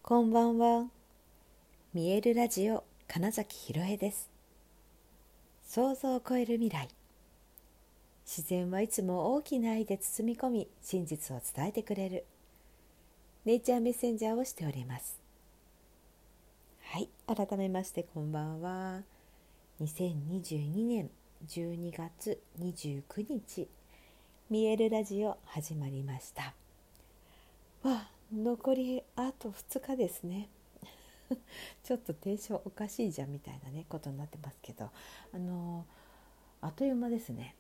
こんばんは。見えるラジオ金崎ひろえです。想像を超える未来。自然はいつも大きな愛で包み込み、真実を伝えてくれるネイチャーメッセンジャーをしております。はい、改めましてこんばんは。2022年12月29日、見えるラジオ始まりました。残りあと2日ですね。ちょっとテンションおかしいじゃんみたいなねことになってますけど、あっという間ですね。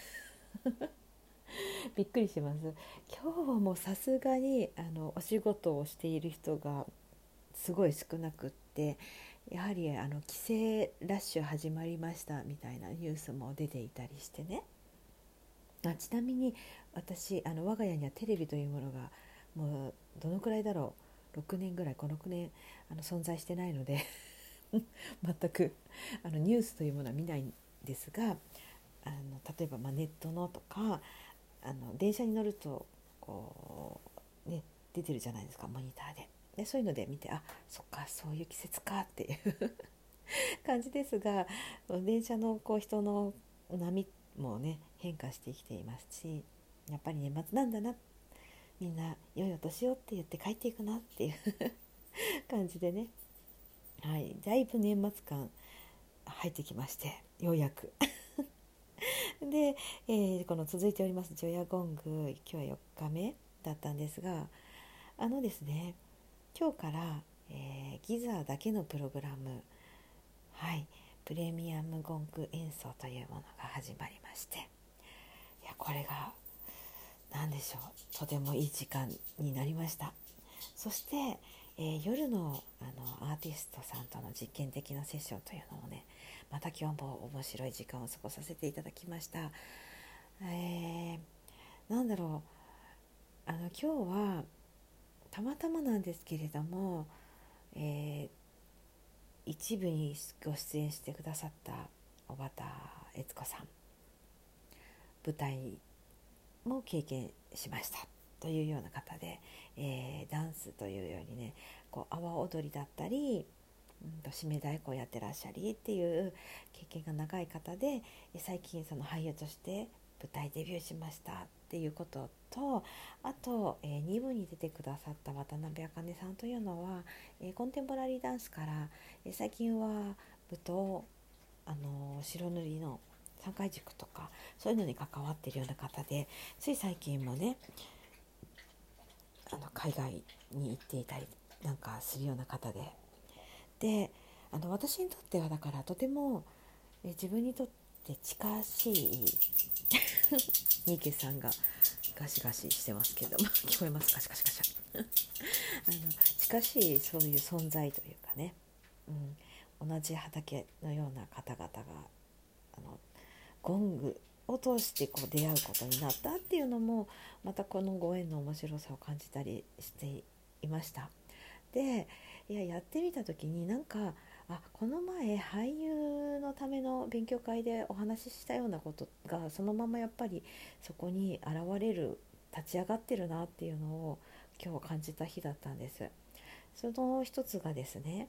びっくりします。今日はもうさすがにお仕事をしている人がすごい少なくって、やはり帰省ラッシュ始まりましたみたいなニュースも出ていたりしてね。ちなみに私我が家にはテレビというものがもうどのくらいだろう、6年ぐらい、5、6年存在してないので全くニュースというものは見ないんですが、例えばネットのとか電車に乗るとこう、ね、出てるじゃないですか、モニターで。そういうので見て、そっか、そういう季節かっていう感じですが、電車の人の波もね変化してきていますし、やっぱり年末なんだな、みんな良いお年をって言って帰っていくなっていう感じでね、はい、だいぶ年末感入ってきまして、ようやくで、この続いております除夜ゴング、今日は4日目だったんですが、ですね、今日から、ギザーだけのプログラム、はい、プレミアムゴング演奏というものが始まりまして、いやこれが何でしょう、とてもいい時間になりました。そして、夜の、アーティストさんとの実験的なセッションというのをね、また今日も面白い時間を過ごさせていただきました。なんだろう、今日はたまたまなんですけれども、一部にご出演してくださった小畑悦子さん、舞台も経験しましたというような方で、ダンスというよりね、阿波踊りだったり、締め太鼓をやってらっしゃりっていう経験が長い方で、最近その俳優として舞台デビューしましたっていうことと、あと、2部に出てくださった渡辺茜さんというのは、コンテンポラリーダンスから、最近は舞踏、白塗りの三回軸とかそういうのに関わっているような方で、つい最近もね海外に行っていたりなんかするような方で、私にとってはだからとても自分にとって近しいニーケさんがガシガシしてますけども聞こえますか、シカシカシャ近しいそういう存在というかね、同じ畑のような方々がゴングを通して出会うことになったっていうのも、またこのご縁の面白さを感じたりしていました。で、やってみた時にこの前俳優のための勉強会でお話ししたようなことがそのままやっぱりそこに現れる、立ち上がってるなっていうのを今日感じた日だったんです。その一つがですね、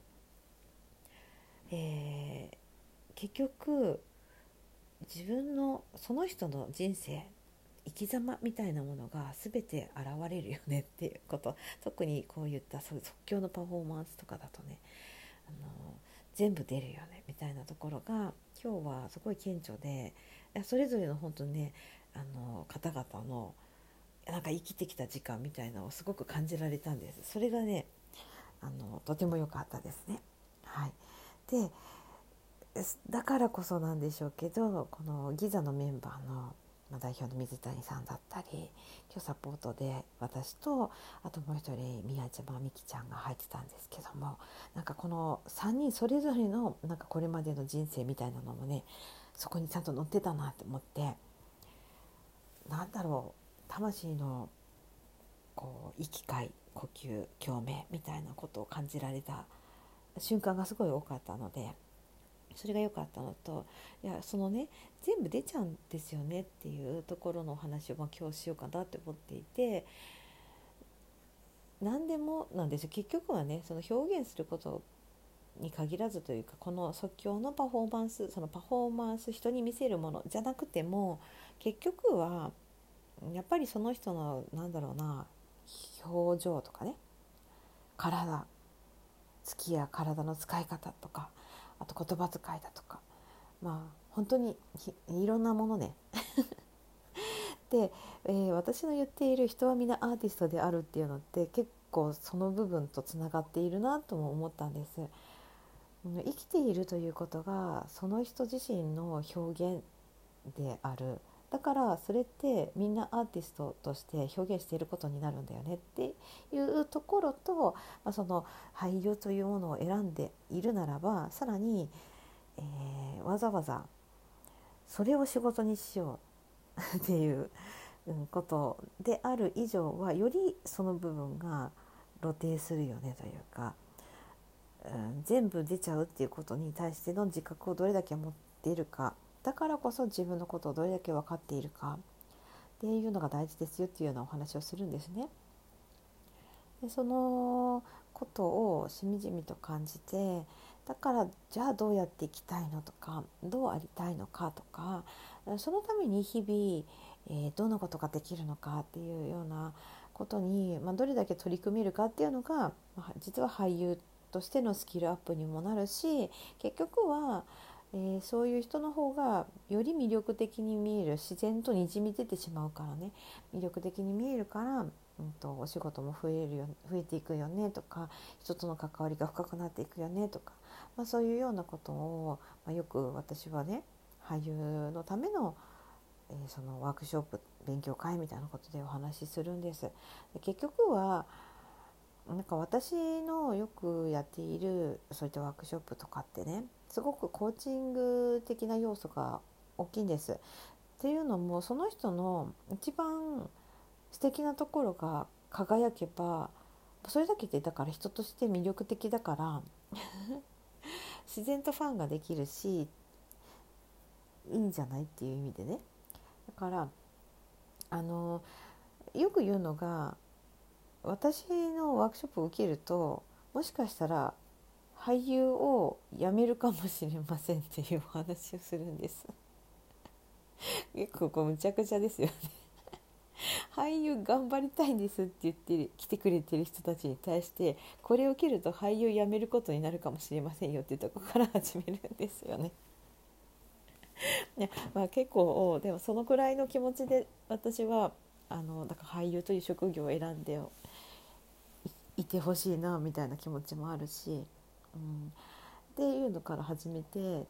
結局自分のその人の人生、生き様みたいなものが全て現れるよねっていうこと、特にこういった即興のパフォーマンスとかだとね、全部出るよねみたいなところが今日はすごい顕著で、それぞれの本当にね方々の生きてきた時間みたいなのをすごく感じられたんです。それがねとても良かったですね。はい。でだからこそなんでしょうけど、このギザのメンバーの代表の水谷さんだったり、今日サポートで私とあともう一人宮島美希ちゃんが入ってたんですけども、この3人それぞれのこれまでの人生みたいなのもね、そこにちゃんと載ってたなって思って、魂の生き会、呼吸、共鳴みたいなことを感じられた瞬間がすごい多かったので、それが良かったのと、そのね全部出ちゃうんですよねっていうところのお話を今日しようかなって思っていて、 何でもなんですよ。結局はね、その表現することに限らずというか、この即興のパフォーマンス、そのパフォーマンス、人に見せるものじゃなくても、結局はやっぱりその人の表情とかね、体つきや体の使い方とか、あと言葉遣いだとか、本当にいろんなものねで、私の言っている人はみんなアーティストであるっていうのって結構その部分とつながっているなとも思ったんです。生きているということがその人自身の表現である。だからそれってみんなアーティストとして表現していることになるんだよねっていうところと、その俳優というものを選んでいるならば、さらに、わざわざそれを仕事にしようっていうことである以上は、よりその部分が露呈するよねというか、全部出ちゃうっていうことに対しての自覚をどれだけ持っているか、だからこそ自分のことをどれだけ分かっているかっていうのが大事ですよっていうようなお話をするんですね。でそのことをしみじみと感じて、だからじゃあどうやっていきたいのとか、どうありたいのかとか、そのために日々、どんなことができるのかっていうようなことに、どれだけ取り組めるかっていうのが、実は俳優としてのスキルアップにもなるし、結局は、そういう人の方がより魅力的に見える、自然とにじみ出てしまうからね、魅力的に見えるから、お仕事も増えていくよねとか、人との関わりが深くなっていくよねとか、そういうようなことを、よく私はね、俳優のための、そのワークショップ、勉強会みたいなことでお話しするんです。で結局は私のよくやっているそういったワークショップとかってね、すごくコーチング的な要素が大きいんです。っていうのも、その人の一番素敵なところが輝けば、それだけでだから人として魅力的だから自然とファンができるし、いいんじゃないっていう意味でね。だからよく言うのが、私のワークショップを受けると、もしかしたら俳優を辞めるかもしれませんっていうお話をするんです結構むちゃくちゃですよね俳優頑張りたいんですって言って来てくれてる人たちに対して、これを受けると俳優辞めることになるかもしれませんよっていうところから始めるんですよねいや、結構でもそのくらいの気持ちで私はだから俳優という職業を選んでいてほしいなみたいな気持ちもあるし、っていうのから始めて、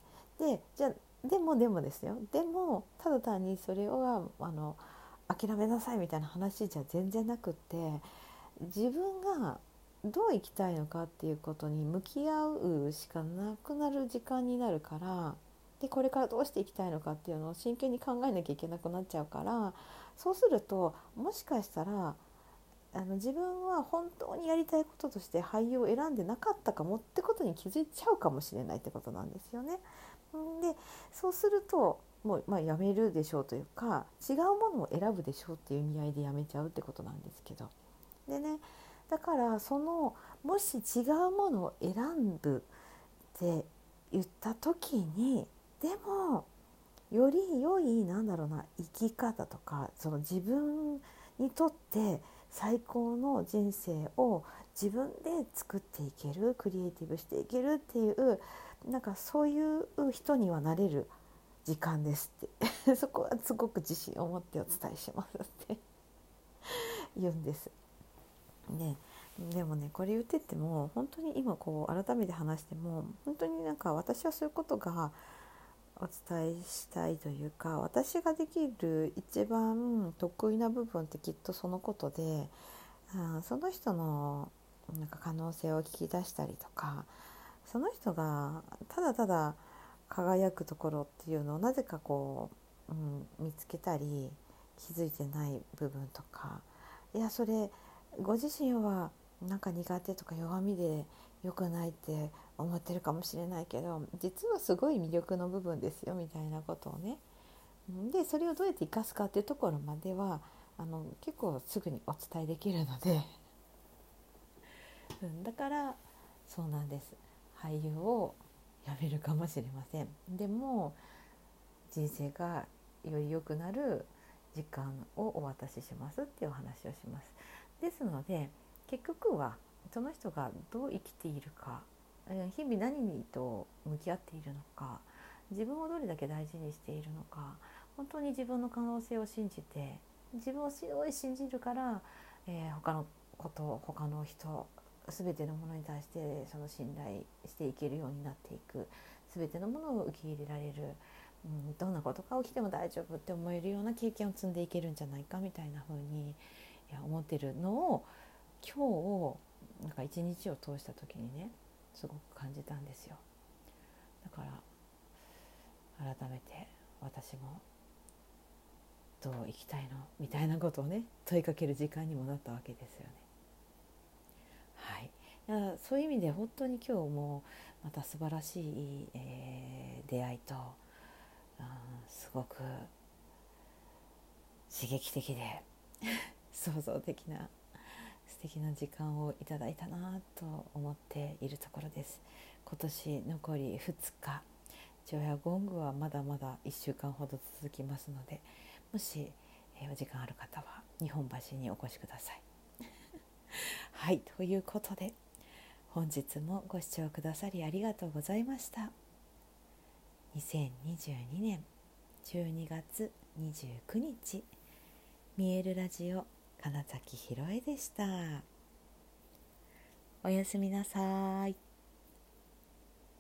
でもですよ、でもただ単にそれは諦めなさいみたいな話じゃ全然なくって、自分がどう生きたいのかっていうことに向き合うしかなくなる時間になるから、でこれからどうしていきたいのかっていうのを真剣に考えなきゃいけなくなっちゃうから、そうするともしかしたら自分は本当にやりたいこととして俳優を選んでなかったかもってことに気づいちゃうかもしれないってことなんですよね。でそうするともうやめるでしょうというか、違うものを選ぶでしょうっていう意味合いでやめちゃうってことなんですけど、でね、だからもし違うものを選ぶって言った時に、でもより良い生き方とか、その自分にとって最高の人生を自分で作っていける、クリエイティブしていけるっていう、そういう人にはなれる時間ですってそこはすごく自信を持ってお伝えしますって言うんです。ね、でもね、これ言ってても本当に今改めて話しても、本当に私はそういうことがお伝えしたいというか、私ができる一番得意な部分ってきっとそのことで、その人の可能性を聞き出したりとか、その人がただただ輝くところっていうのをなぜか見つけたり気づいてない部分とか、いやそれご自身は苦手とか弱みで良くないって思ってるかもしれないけど、実はすごい魅力の部分ですよみたいなことをね、でそれをどうやって生かすかっていうところまでは結構すぐにお伝えできるのでだからそうなんです、俳優をやめるかもしれません。でも人生がより良くなる時間をお渡ししますっていうお話をします。ですので結局はその人がどう生きているか、日々何と向き合っているのか、自分をどれだけ大事にしているのか、本当に自分の可能性を信じて、自分をすごい信じるから、他のこと、他の人、全てのものに対してその信頼していけるようになっていく、全てのものを受け入れられる、どんなことが起きても大丈夫って思えるような経験を積んでいけるんじゃないかみたいな風に思ってるのを今日なんか一日を通した時にねすごく感じたんですよ。だから改めて私もどう生きたいのみたいなことをね問いかける時間にもなったわけですよね。はい、いやそういう意味で本当に今日もまた素晴らしい、出会いと、すごく刺激的で創造的な素敵な時間をいただいたなと思っているところです。今年残り2日、除夜ゴングはまだまだ1週間ほど続きますので、もし、お時間ある方は日本橋にお越しください。はい、ということで本日もご視聴くださりありがとうございました。2022年12月29日見えるラジオ金崎ひろえでした。おやすみなさい。